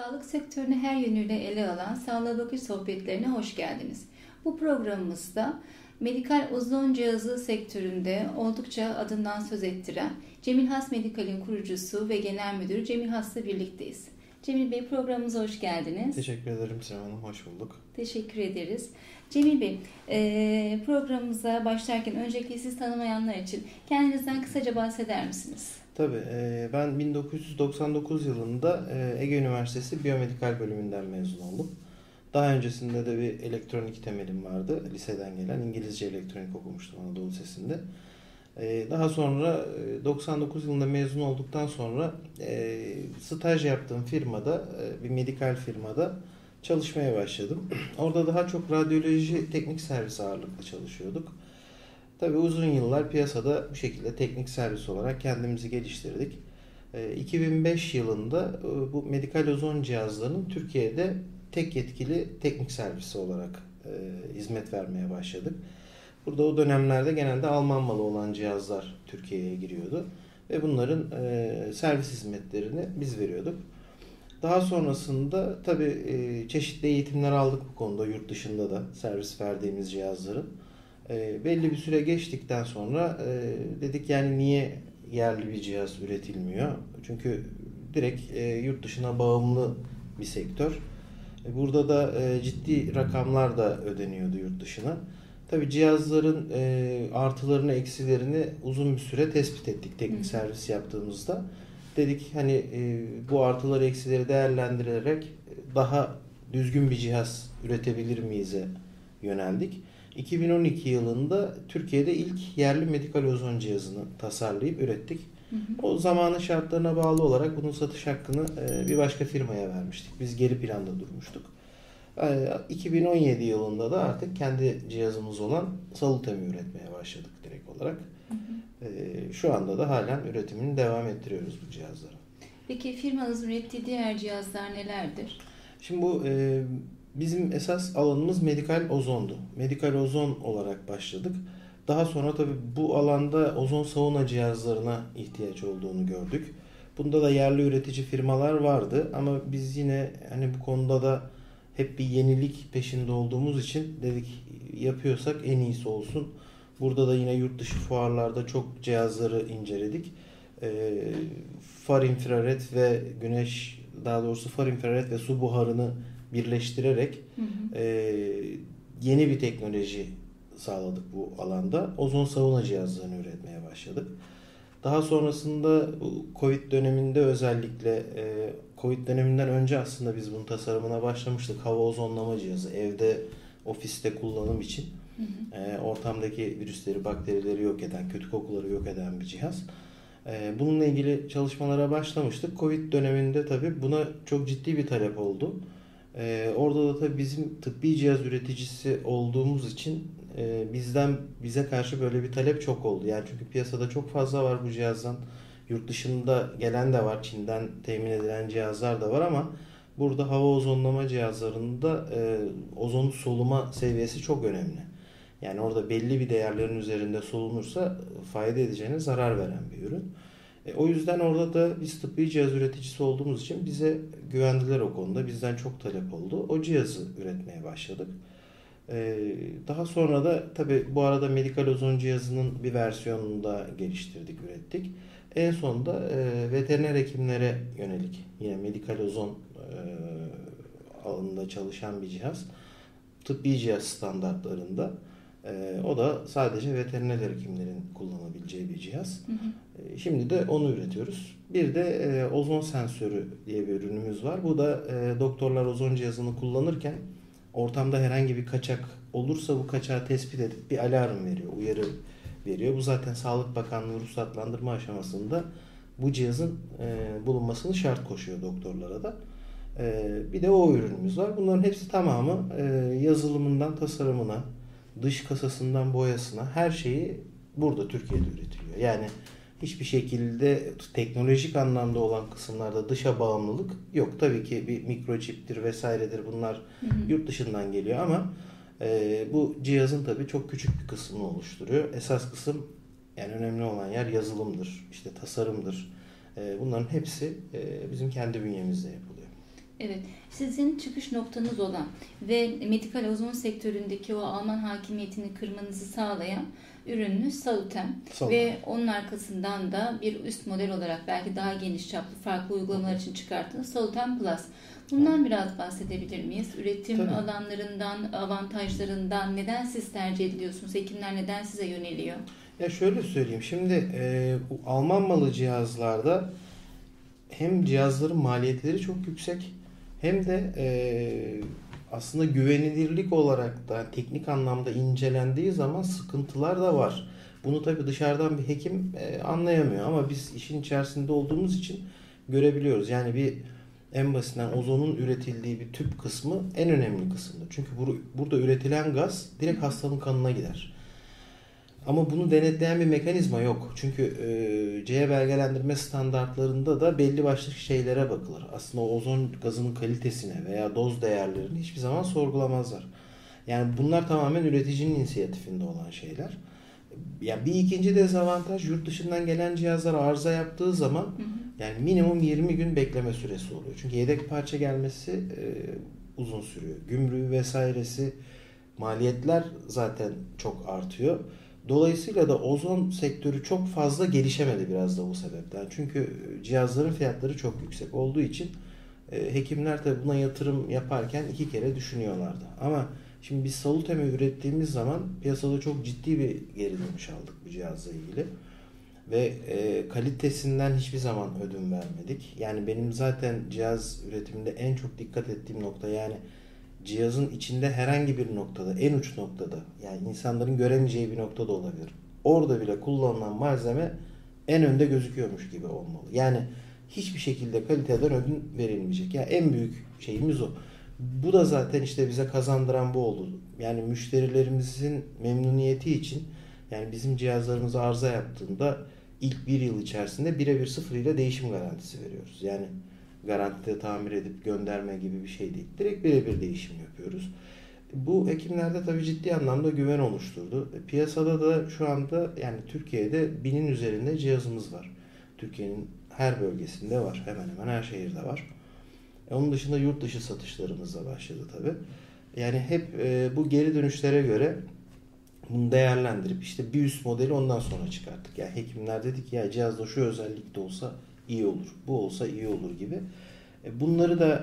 Sağlık sektörünü her yönüyle ele alan Sağlığa Bakış Sohbetlerine hoş geldiniz. Bu programımızda medikal ozon cihazı sektöründe oldukça adından söz ettiren Cemil Has Medikal'in kurucusu ve genel müdürü Cemil Has'la birlikteyiz. Cemil Bey, programımıza hoş geldiniz. Teşekkür ederim Sinem Hanım, hoş bulduk. Teşekkür ederiz. Cemil Bey, programımıza başlarken öncelikle siz tanımayanlar için kendinizden kısaca bahseder misiniz? Tabii, ben 1999 yılında Ege Üniversitesi Biyomedikal bölümünden mezun oldum. Daha öncesinde de bir elektronik temelim vardı. Liseden gelen İngilizce elektronik okumuştum Anadolu Lisesi'nde. Daha sonra 99 yılında mezun olduktan sonra staj yaptığım firmada, bir medikal firmada çalışmaya başladım. Orada daha çok radyoloji teknik servis ağırlıklı çalışıyorduk. Tabii uzun yıllar piyasada bu şekilde teknik servis olarak kendimizi geliştirdik. 2005 yılında bu medikal ozon cihazlarının Türkiye'de tek yetkili teknik servisi olarak hizmet vermeye başladık. Burada o dönemlerde genelde Alman malı olan cihazlar Türkiye'ye giriyordu ve bunların servis hizmetlerini biz veriyorduk. Daha sonrasında tabii çeşitli eğitimler aldık bu konuda, yurt dışında da servis verdiğimiz cihazların. Belli bir süre geçtikten sonra dedik yani niye yerli bir cihaz üretilmiyor? Çünkü direkt yurt dışına bağımlı bir sektör. Burada da ciddi rakamlar da ödeniyordu yurt dışına. Tabii cihazların artılarını, eksilerini uzun bir süre tespit ettik teknik servis yaptığımızda. Dedik hani bu artıları, eksileri değerlendirerek daha düzgün bir cihaz üretebilir miyiz'e yöneldik. 2012 yılında Türkiye'de ilk yerli medikal ozon cihazını tasarlayıp ürettik. O zamanın şartlarına bağlı olarak bunun satış hakkını bir başka firmaya vermiştik. Biz geri planda durmuştuk. 2017 yılında da artık kendi cihazımız olan Salutem'i üretmeye başladık direkt olarak. Şu anda da halen üretimini devam ettiriyoruz bu cihazlara. Peki firmanızın ürettiği diğer cihazlar nelerdir? Şimdi bu bizim esas alanımız medikal ozondu. Medikal ozon olarak başladık. Daha sonra tabii bu alanda ozon sauna cihazlarına ihtiyaç olduğunu gördük. Bunda da yerli üretici firmalar vardı ama biz yine hani bu konuda da hep bir yenilik peşinde olduğumuz için dedik yapıyorsak en iyisi olsun. Burada da yine yurt dışı fuarlarda çok cihazları inceledik. Far infrared ve güneş, daha doğrusu far infrared ve su buharını birleştirerek yeni bir teknoloji sağladık bu alanda. Ozon sauna cihazlarını üretmeye başladık. Daha sonrasında Covid döneminde özellikle Covid döneminden önce aslında biz bunun tasarımına başlamıştık. Hava ozonlama cihazı evde, ofiste kullanım için ortamdaki virüsleri, bakterileri yok eden, kötü kokuları yok eden bir cihaz. Bununla ilgili çalışmalara başlamıştık. Covid döneminde tabii buna çok ciddi bir talep oldu. Orada da tabii bizim tıbbi cihaz üreticisi olduğumuz için bize karşı böyle bir talep çok oldu. Yani çünkü piyasada çok fazla var bu cihazdan. Yurt dışında gelen de var, Çin'den temin edilen cihazlar da var ama burada hava ozonlama cihazlarında ozonu soluma seviyesi çok önemli. Yani orada belli bir değerlerin üzerinde solunursa fayda edeceğine zarar veren bir ürün. O yüzden orada da biz tıbbi cihaz üreticisi olduğumuz için bize güvendiler o konuda. Bizden çok talep oldu. O cihazı üretmeye başladık. Daha sonra da tabii bu arada medikal ozon cihazının bir versiyonunu da geliştirdik, ürettik. En sonunda veteriner hekimlere yönelik yine medikal ozon alanında çalışan bir cihaz. Tıbbi cihaz standartlarında. O da sadece veteriner hekimlerin kullanabileceği bir cihaz. Şimdi de onu üretiyoruz. Bir de ozon sensörü diye bir ürünümüz var. Bu da doktorlar ozon cihazını kullanırken ortamda herhangi bir kaçak olursa bu kaçağı tespit edip bir alarm veriyor, uyarı veriyor. Bu zaten Sağlık Bakanlığı ruhsatlandırma aşamasında bu cihazın bulunmasını şart koşuyor doktorlara da. Bir de o ürünümüz var. Bunların hepsi tamamı yazılımından tasarımına, dış kasasından boyasına her şeyi burada Türkiye'de üretiliyor. Yani hiçbir şekilde teknolojik anlamda olan kısımlarda dışa bağımlılık yok. Tabii ki bir mikroçiptir vesairedir, bunlar yurt dışından geliyor ama bu cihazın tabii çok küçük bir kısmını oluşturuyor. Esas kısım, yani önemli olan yer yazılımdır, işte tasarımdır. Bunların hepsi bizim kendi bünyemizde yapılıyor. Evet, sizin çıkış noktanız olan ve medikal ozon sektöründeki o Alman hakimiyetini kırmanızı sağlayan ürününüz Salutem ve onun arkasından da bir üst model olarak belki daha geniş çaplı farklı uygulamalar için çıkarttığınız Salutem Plus. Bundan biraz bahsedebilir miyiz? Üretim alanlarından, avantajlarından, neden siz tercih ediliyorsunuz? Hekimler neden size yöneliyor? Ya şöyle söyleyeyim, şimdi bu Alman malı cihazlarda hem cihazların maliyetleri çok yüksek hem de aslında güvenilirlik olarak da teknik anlamda incelendiği zaman sıkıntılar da var. Bunu tabii dışarıdan bir hekim anlayamıyor ama biz işin içerisinde olduğumuz için görebiliyoruz. Yani en basitinden ozonun üretildiği bir tüp kısmı en önemli kısımdır. Çünkü burada üretilen gaz direkt hastanın kanına gider. Ama bunu denetleyen bir mekanizma yok. Çünkü CE belgelendirme standartlarında da belli başlı şeylere bakılır. Aslında o ozon gazının kalitesine veya doz değerlerini hiçbir zaman sorgulamazlar. Yani bunlar tamamen üreticinin inisiyatifinde olan şeyler. Yani bir ikinci dezavantaj, yurt dışından gelen cihazlar arıza yaptığı zaman yani minimum 20 gün bekleme süresi oluyor. Çünkü yedek parça gelmesi uzun sürüyor. Gümrüğü vesairesi, maliyetler zaten çok artıyor. Dolayısıyla da ozon sektörü çok fazla gelişemedi biraz da bu sebepten. Çünkü cihazların fiyatları çok yüksek olduğu için hekimler tabii buna yatırım yaparken iki kere düşünüyorlardı. Ama şimdi biz Salutem'i ürettiğimiz zaman piyasada çok ciddi bir geri dönüş aldık bu cihazla ilgili. Ve kalitesinden hiçbir zaman ödün vermedik. Yani benim zaten cihaz üretiminde en çok dikkat ettiğim nokta, yani cihazın içinde herhangi bir noktada, en uç noktada, yani insanların göremeyeceği bir noktada olabilir. Orada bile kullanılan malzeme en önde gözüküyormuş gibi olmalı. Yani hiçbir şekilde kaliteden ödün verilmeyecek. Yani en büyük şeyimiz o. Bu da zaten işte bize kazandıran bu oldu. Yani müşterilerimizin memnuniyeti için, yani bizim cihazlarımız arıza yaptığında ilk bir yıl içerisinde birebir sıfır ile değişim garantisi veriyoruz. Yani garantide tamir edip gönderme gibi bir şey değil. Direkt birebir değişim yapıyoruz. Bu hekimlerde tabii ciddi anlamda güven oluşturdu. Piyasada da şu anda, yani Türkiye'de 1000'in üzerinde cihazımız var. Türkiye'nin her bölgesinde var. Hemen hemen her şehirde var. Onun dışında yurt dışı satışlarımız da başladı tabii. Yani hep bu geri dönüşlere göre bunu değerlendirip işte bir üst modeli ondan sonra çıkarttık. Yani hekimler dedik ya cihazda şu özellikte olsa iyi olur, bu olsa iyi olur gibi. Bunları da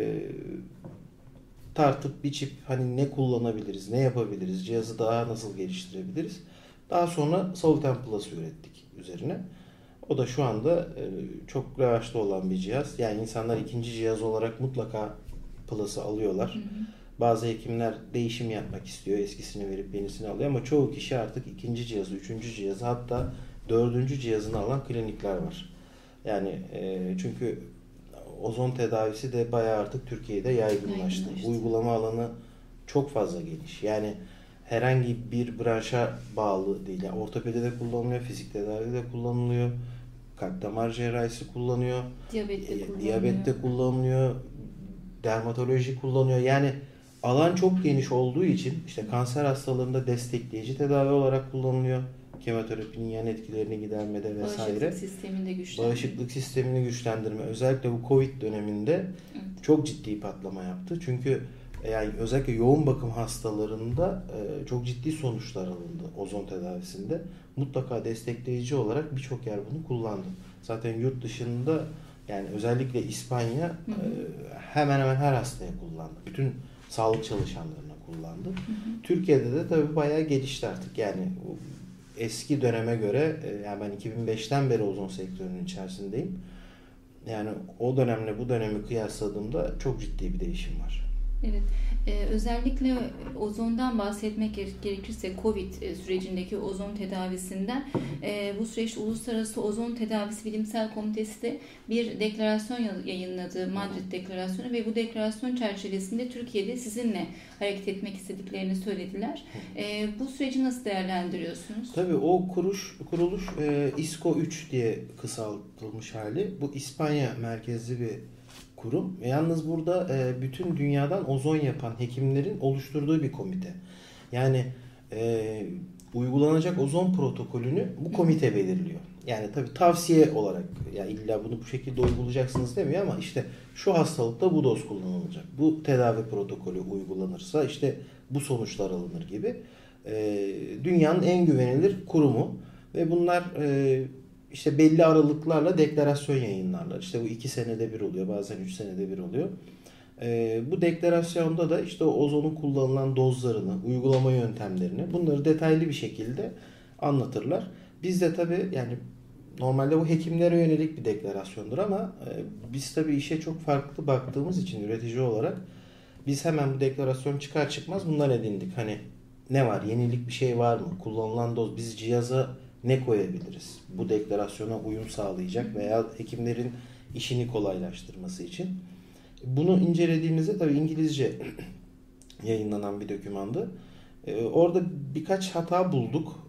tartıp biçip hani ne kullanabiliriz, ne yapabiliriz, cihazı daha nasıl geliştirebiliriz. Daha sonra Salutem Plus ürettik üzerine. O da şu anda çok revaçta olan bir cihaz. Yani insanlar ikinci cihaz olarak mutlaka Plus'ı alıyorlar. Hı hı. Bazı hekimler değişim yapmak istiyor. Eskisini verip yenisini alıyor ama çoğu kişi artık ikinci cihazı, üçüncü cihazı, hatta dördüncü cihazını alan klinikler var. Yani çünkü ozon tedavisi de bayağı artık Türkiye'de yaygınlaştı. Uygulama alanı çok fazla geniş. Yani herhangi bir branşa bağlı değil. Yani ortopedide kullanılıyor, fizik tedavide kullanılıyor, kalp damar cerrahisi kullanıyor, diyabette kullanılıyor, dermatoloji kullanıyor. Yani alan çok geniş olduğu için işte kanser hastalarında destekleyici tedavi olarak kullanılıyor. Kemoterapinin yan etkilerini gidermede vesaire. Bağışıklık sistemini güçlendirme. Özellikle bu Covid döneminde çok ciddi patlama yaptı. Çünkü yani özellikle yoğun bakım hastalarında çok ciddi sonuçlar alındı ozon tedavisinde. Mutlaka destekleyici olarak birçok yer bunu kullandı. Zaten yurt dışında, yani özellikle İspanya hemen hemen her hastaya kullandı. Bütün sağlık çalışanlarına kullandı. Türkiye'de de tabii bayağı gelişti artık. Yani eski döneme göre, yani ben 2005'ten beri ozon sektörünün içerisindeyim. Yani o dönemle bu dönemi kıyasladığımda çok ciddi bir değişim var. Evet. Özellikle ozondan bahsetmek gerekirse Covid sürecindeki ozon tedavisinden, bu süreçte Uluslararası Ozon Tedavisi Bilimsel Komitesi de bir deklarasyon yayınladı, Madrid Deklarasyonu, ve bu deklarasyon çerçevesinde Türkiye'de sizinle hareket etmek istediklerini söylediler. Bu süreci nasıl değerlendiriyorsunuz? Tabii o kuruluş ISCO 3 diye kısaltılmış hali. Bu İspanya merkezli bir kurum. Yalnız burada bütün dünyadan ozon yapan hekimlerin oluşturduğu bir komite. Yani uygulanacak ozon protokolünü bu komite belirliyor. Yani tabii tavsiye olarak, yani illa bunu bu şekilde uygulayacaksınız demiyor ama işte şu hastalıkta bu doz kullanılacak. Bu tedavi protokolü uygulanırsa işte bu sonuçlar alınır gibi. Dünyanın en güvenilir kurumu ve bunlar işte belli aralıklarla deklarasyon yayınlarlar. İşte bu 2 senede bir oluyor, bazen 3 senede bir oluyor. Bu deklarasyonda da işte o ozonun kullanılan dozlarını, uygulama yöntemlerini, bunları detaylı bir şekilde anlatırlar. Biz de tabii yani normalde bu hekimlere yönelik bir deklarasyondur ama biz tabii işe çok farklı baktığımız için üretici olarak biz hemen bu deklarasyon çıkar çıkmaz bundan edindik. Hani ne var? Yenilik bir şey var mı? Kullanılan doz, biz cihaza ne koyabiliriz? Bu deklarasyona uyum sağlayacak veya hekimlerin işini kolaylaştırması için. Bunu incelediğimizde tabii İngilizce yayınlanan bir dokümandı. Orada birkaç hata bulduk.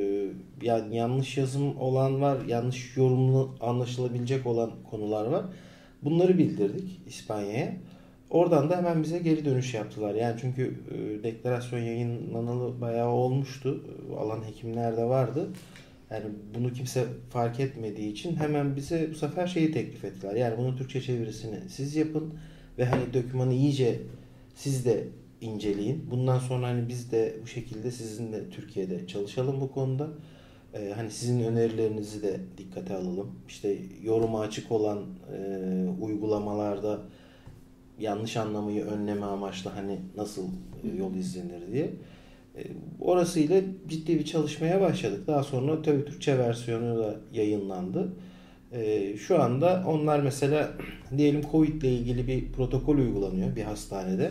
Yani yanlış yazım olan var, yanlış yorumlu anlaşılabilecek olan konular var. Bunları bildirdik İspanya'ya. Oradan da hemen bize geri dönüş yaptılar. Yani çünkü deklarasyon yayınlanalı bayağı olmuştu. Alan hekimler de vardı. Yani bunu kimse fark etmediği için hemen bize bu sefer şeyi teklif ettiler. Yani bunun Türkçe çevirisini siz yapın ve hani dokümanı iyice siz de inceleyin. Bundan sonra hani biz de bu şekilde sizinle Türkiye'de çalışalım bu konuda. Hani sizin önerilerinizi de dikkate alalım. İşte yoruma açık olan uygulamalarda yanlış anlamayı önleme amaçlı hani nasıl yol izlenir diye. Orasıyla ciddi bir çalışmaya başladık. Daha sonra tabii Türkçe versiyonu da yayınlandı. Şu anda onlar mesela diyelim Covid ile ilgili bir protokol uygulanıyor bir hastanede.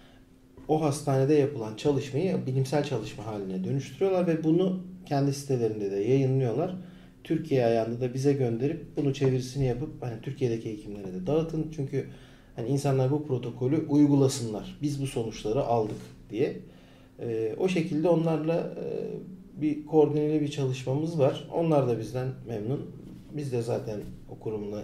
O hastanede yapılan çalışmayı bilimsel çalışma haline dönüştürüyorlar ve bunu kendi sitelerinde de yayınlıyorlar. Türkiye ayağında da bize gönderip bunu çevirisini yapıp hani Türkiye'deki hekimlere de dağıtın. Çünkü hani insanlar bu protokolü uygulasınlar. Biz bu sonuçları aldık diye. O şekilde onlarla bir koordineli bir çalışmamız var. Onlar da bizden memnun. Biz de zaten o kurumla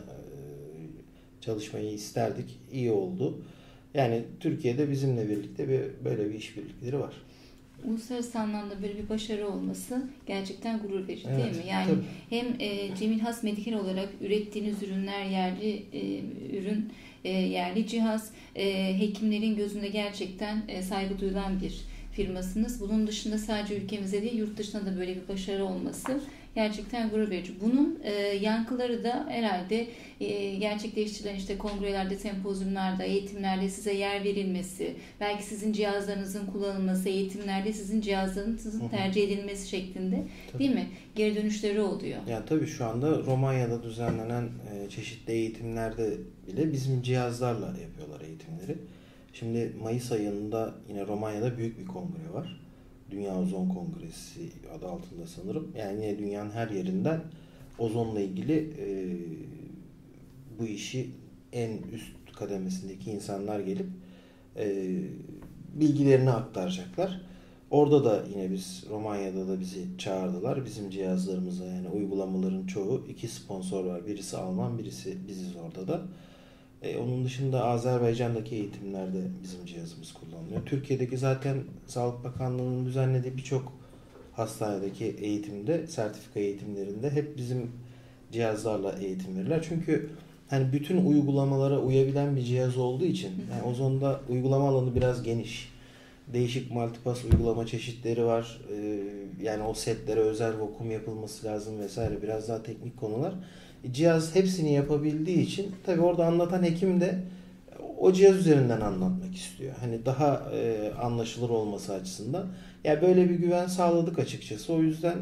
çalışmayı isterdik. İyi oldu. Yani Türkiye'de bizimle birlikte böyle bir işbirlikleri var. Uluslararası anlamda böyle bir başarı olması gerçekten gurur verici, Evet, değil mi? Yani tabii. hem Cemil Has Medikal olarak ürettiğiniz ürünler yerli ürün, yerli cihaz, hekimlerin gözünde gerçekten saygı duyulan bir firmasınız. Bunun dışında sadece ülkemize değil, yurt dışında da böyle bir başarı olması gerçekten gurur verici. Bunun yankıları da herhalde gerçekleştirilen işte kongrelerde, sempozyumlarda, eğitimlerde size yer verilmesi, belki sizin cihazlarınızın kullanılması, eğitimlerde sizin cihazlarınızın tercih edilmesi şeklinde, Tabii. değil mi? Geri dönüşleri oluyor. Yani tabii şu anda Romanya'da düzenlenen çeşitli eğitimlerde bile bizim cihazlarla yapıyorlar eğitimleri. Şimdi Mayıs ayında yine Romanya'da büyük bir kongre var. Dünya Ozon Kongresi adı altında sanırım. Yani yine dünyanın her yerinden ozonla ilgili bu işi en üst kademesindeki insanlar gelip bilgilerini aktaracaklar. Orada da yine biz Romanya'da da bizi çağırdılar. Bizim cihazlarımıza yani uygulamaların çoğu 2 sponsor var. Birisi Alman, birisi biziz orada da. Onun dışında Azerbaycan'daki eğitimlerde bizim cihazımız kullanılıyor. Türkiye'deki zaten Sağlık Bakanlığı'nın düzenlediği birçok hastanedeki eğitimde, sertifika eğitimlerinde hep bizim cihazlarla eğitim verirler. Çünkü hani bütün uygulamalara uyabilen bir cihaz olduğu için yani ozonda uygulama alanı biraz geniş. Değişik multipass uygulama çeşitleri var. Yani o setlere özel vakum yapılması lazım vesaire. Biraz daha teknik konular. Cihaz hepsini yapabildiği için tabii orada anlatan hekim de o cihaz üzerinden anlatmak istiyor. Hani daha anlaşılır olması açısından. Yani böyle bir güven sağladık açıkçası. O yüzden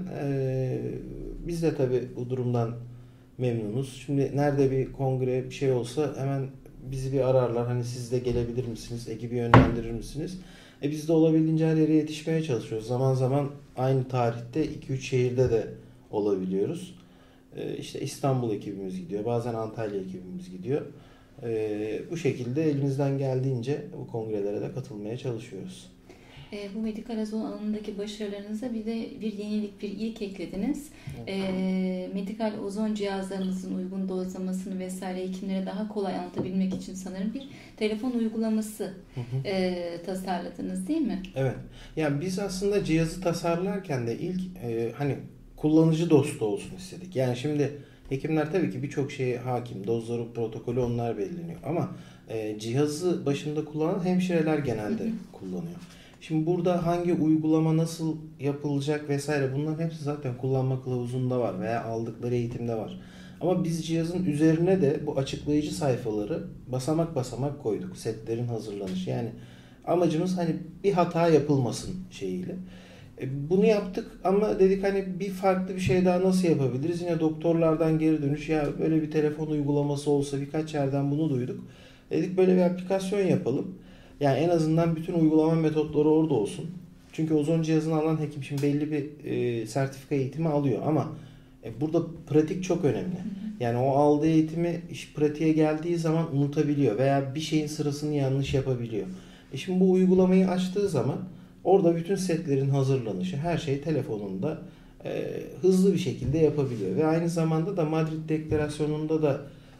biz de tabii bu durumdan memnunuz. Şimdi nerede bir kongre bir şey olsa hemen bizi bir ararlar. Hani siz de gelebilir misiniz? Ekibi yönlendirir misiniz? Biz de olabildiğince her yere yetişmeye çalışıyoruz. Zaman zaman aynı tarihte 2-3 şehirde de olabiliyoruz. İşte İstanbul ekibimiz gidiyor. Bazen Antalya ekibimiz gidiyor. Bu şekilde elimizden geldiğince bu kongrelere de katılmaya çalışıyoruz. Bu medikal ozon alanındaki başarılarınıza bir de bir yenilik, bir ilk eklediniz. Medikal ozon cihazlarınızın uygun dozlamasını vesaire hekimlere daha kolay anlatabilmek için sanırım bir telefon uygulaması tasarladınız, değil mi? Evet. Yani biz aslında cihazı tasarlarken de ilk hani kullanıcı dostu olsun istedik. Yani şimdi hekimler tabii ki birçok şeye hakim. Dozları, protokolü onlar belirleniyor. Ama cihazı başında kullanan hemşireler genelde kullanıyor. Şimdi burada hangi uygulama nasıl yapılacak vesaire bunların hepsi zaten kullanma kılavuzunda var veya aldıkları eğitimde var. Ama biz cihazın üzerine de bu açıklayıcı sayfaları basamak basamak koyduk. Setlerin hazırlanışı. Yani amacımız hani bir hata yapılmasın şeyiyle. Bunu yaptık ama dedik hani bir farklı bir şey daha nasıl yapabiliriz? Yine doktorlardan geri dönüş, ya böyle bir telefon uygulaması olsa, birkaç yerden bunu duyduk. Dedik böyle bir aplikasyon yapalım. Yani en azından bütün uygulama metotları orada olsun. Çünkü ozon cihazını alan hekim şimdi belli bir sertifika eğitimi alıyor ama burada pratik çok önemli. Yani o aldığı eğitimi iş pratiğe geldiği zaman unutabiliyor veya bir şeyin sırasını yanlış yapabiliyor. Şimdi bu uygulamayı açtığı zaman orada bütün setlerin hazırlanışı, her şey telefonunda hızlı bir şekilde yapabiliyor. Ve aynı zamanda da Madrid Deklarasyonu'nda da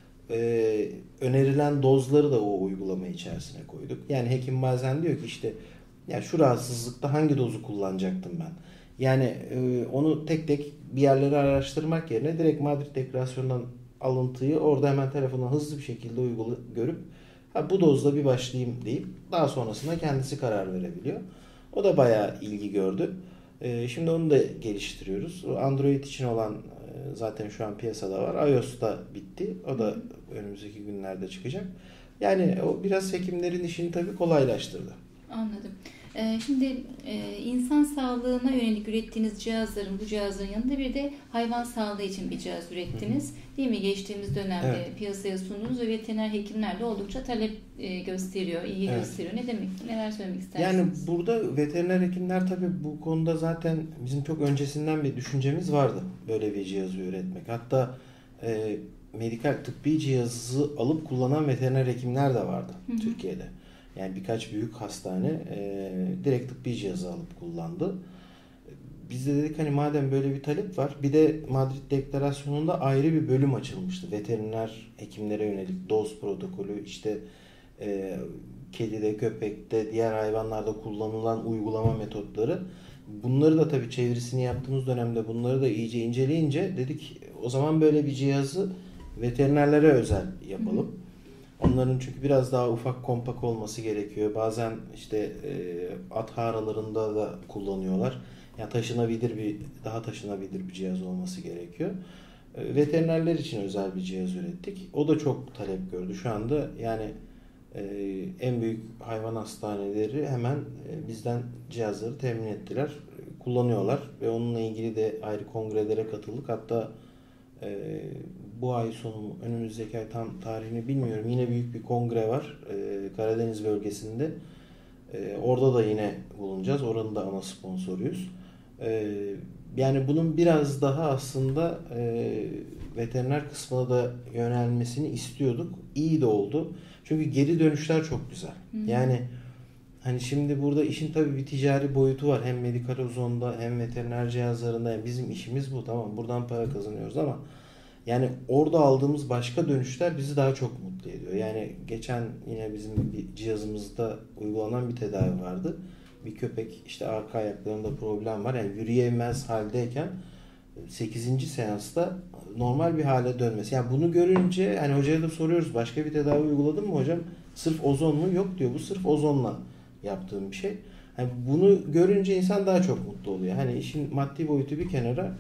önerilen dozları da o uygulama içerisine koyduk. Yani hekim bazen diyor ki işte ya şu rahatsızlıkta hangi dozu kullanacaktım ben? Yani onu tek tek bir yerleri araştırmak yerine direkt Madrid Deklarasyonu'ndan alıntıyı orada hemen telefondan hızlı bir şekilde görüp bu dozla bir başlayayım deyip daha sonrasında kendisi karar verebiliyor. O da bayağı ilgi gördü. Şimdi onu da geliştiriyoruz. Android için olan zaten şu an piyasada var. iOS'ta bitti. O da önümüzdeki günlerde çıkacak. Yani o biraz hekimlerin işini tabii kolaylaştırdı. Anladım. Şimdi insan sağlığına yönelik ürettiğiniz bu cihazların yanında bir de hayvan sağlığı için bir cihaz ürettiniz. Değil mi? Geçtiğimiz dönemde piyasaya sundunuz ve veteriner hekimler de oldukça talep gösteriyor, ilgi gösteriyor. Ne demek? Neler söylemek istersiniz? Yani burada veteriner hekimler tabii bu konuda zaten bizim çok öncesinden bir düşüncemiz vardı. Böyle bir cihazı üretmek. Hatta medikal tıbbi cihazı alıp kullanan veteriner hekimler de vardı Türkiye'de. Yani birkaç büyük hastane direkt tıbbi cihazı alıp kullandı. Biz de dedik hani madem böyle bir talep var, bir de Madrid Deklarasyonu'nda ayrı bir bölüm açılmıştı. Veteriner hekimlere yönelik doz protokolü, işte kedide, köpekte, diğer hayvanlarda kullanılan uygulama metotları. Bunları da tabii çevirisini yaptığımız dönemde bunları da iyice inceleyince dedik o zaman böyle bir cihazı veterinerlere özel yapalım. Onların çünkü biraz daha ufak, kompak olması gerekiyor. Bazen işte at haralarında da kullanıyorlar. Yani daha taşınabilir bir cihaz olması gerekiyor. Veterinerler için özel bir cihaz ürettik. O da çok talep gördü. Şu anda yani en büyük hayvan hastaneleri hemen bizden cihazları temin ettiler. Kullanıyorlar ve onunla ilgili de ayrı kongrelere katıldık. Hatta bu ay sonu, önümüzdeki ay tam tarihini bilmiyorum. Yine büyük bir kongre var Karadeniz bölgesinde. Orada da yine bulunacağız. Oranın da ana sponsoruyuz. Yani bunun biraz daha aslında veteriner kısmına da yönelmesini istiyorduk. İyi de oldu. Çünkü geri dönüşler çok güzel. Yani hani şimdi burada işin tabii bir ticari boyutu var. Hem medikal ozonda hem veteriner cihazlarında. Yani bizim işimiz bu, tamam. Buradan para kazanıyoruz ama yani orada aldığımız başka dönüşler bizi daha çok mutlu ediyor. Yani geçen yine bizim bir cihazımızda uygulanan bir tedavi vardı. Bir köpek işte arka ayaklarında problem var. Yani yürüyemez haldeyken 8. seansta normal bir hale dönmesi. Yani bunu görünce hani hocaya da soruyoruz, başka bir tedavi uyguladın mı hocam? Sırf ozon mu? Yok diyor. Bu sırf ozonla yaptığım bir şey. Yani bunu görünce insan daha çok mutlu oluyor. Hani işin maddi boyutu bir kenara,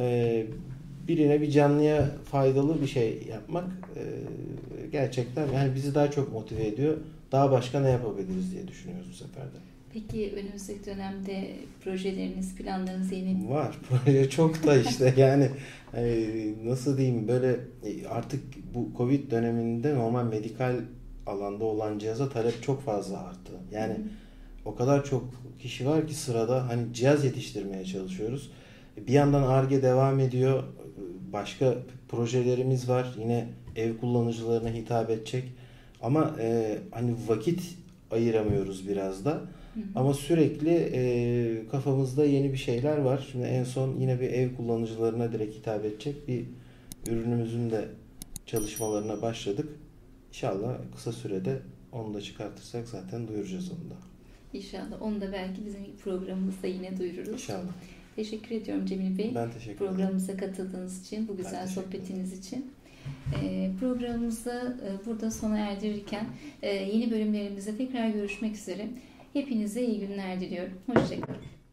birine, bir canlıya faydalı bir şey yapmak gerçekten yani bizi daha çok motive ediyor. Daha başka ne yapabiliriz diye düşünüyoruz bu sefer de. Peki önümüzdeki dönemde projeleriniz, planlarınız yeni? Var. Proje çok da işte yani nasıl diyeyim, böyle artık bu Covid döneminde normal medikal alanda olan cihaza talep çok fazla arttı. Yani o kadar çok kişi var ki sırada, hani cihaz yetiştirmeye çalışıyoruz. Bir yandan Ar-Ge devam ediyor. Başka projelerimiz var. Yine ev kullanıcılarına hitap edecek. Ama hani vakit ayıramıyoruz biraz da. Ama sürekli kafamızda yeni bir şeyler var. Şimdi en son yine bir ev kullanıcılarına direkt hitap edecek bir ürünümüzün de çalışmalarına başladık. İnşallah kısa sürede onu da çıkartırsak zaten duyuracağız onu da. İnşallah. Onu da belki bizim programımızda yine duyururuz. İnşallah. Teşekkür ediyorum Cemil Bey. Ben teşekkür ederim. Programımıza katıldığınız için, bu güzel sohbetiniz için. Programımızı burada sona erdirirken yeni bölümlerimizde tekrar görüşmek üzere. Hepinize iyi günler diliyorum. Hoşçakalın.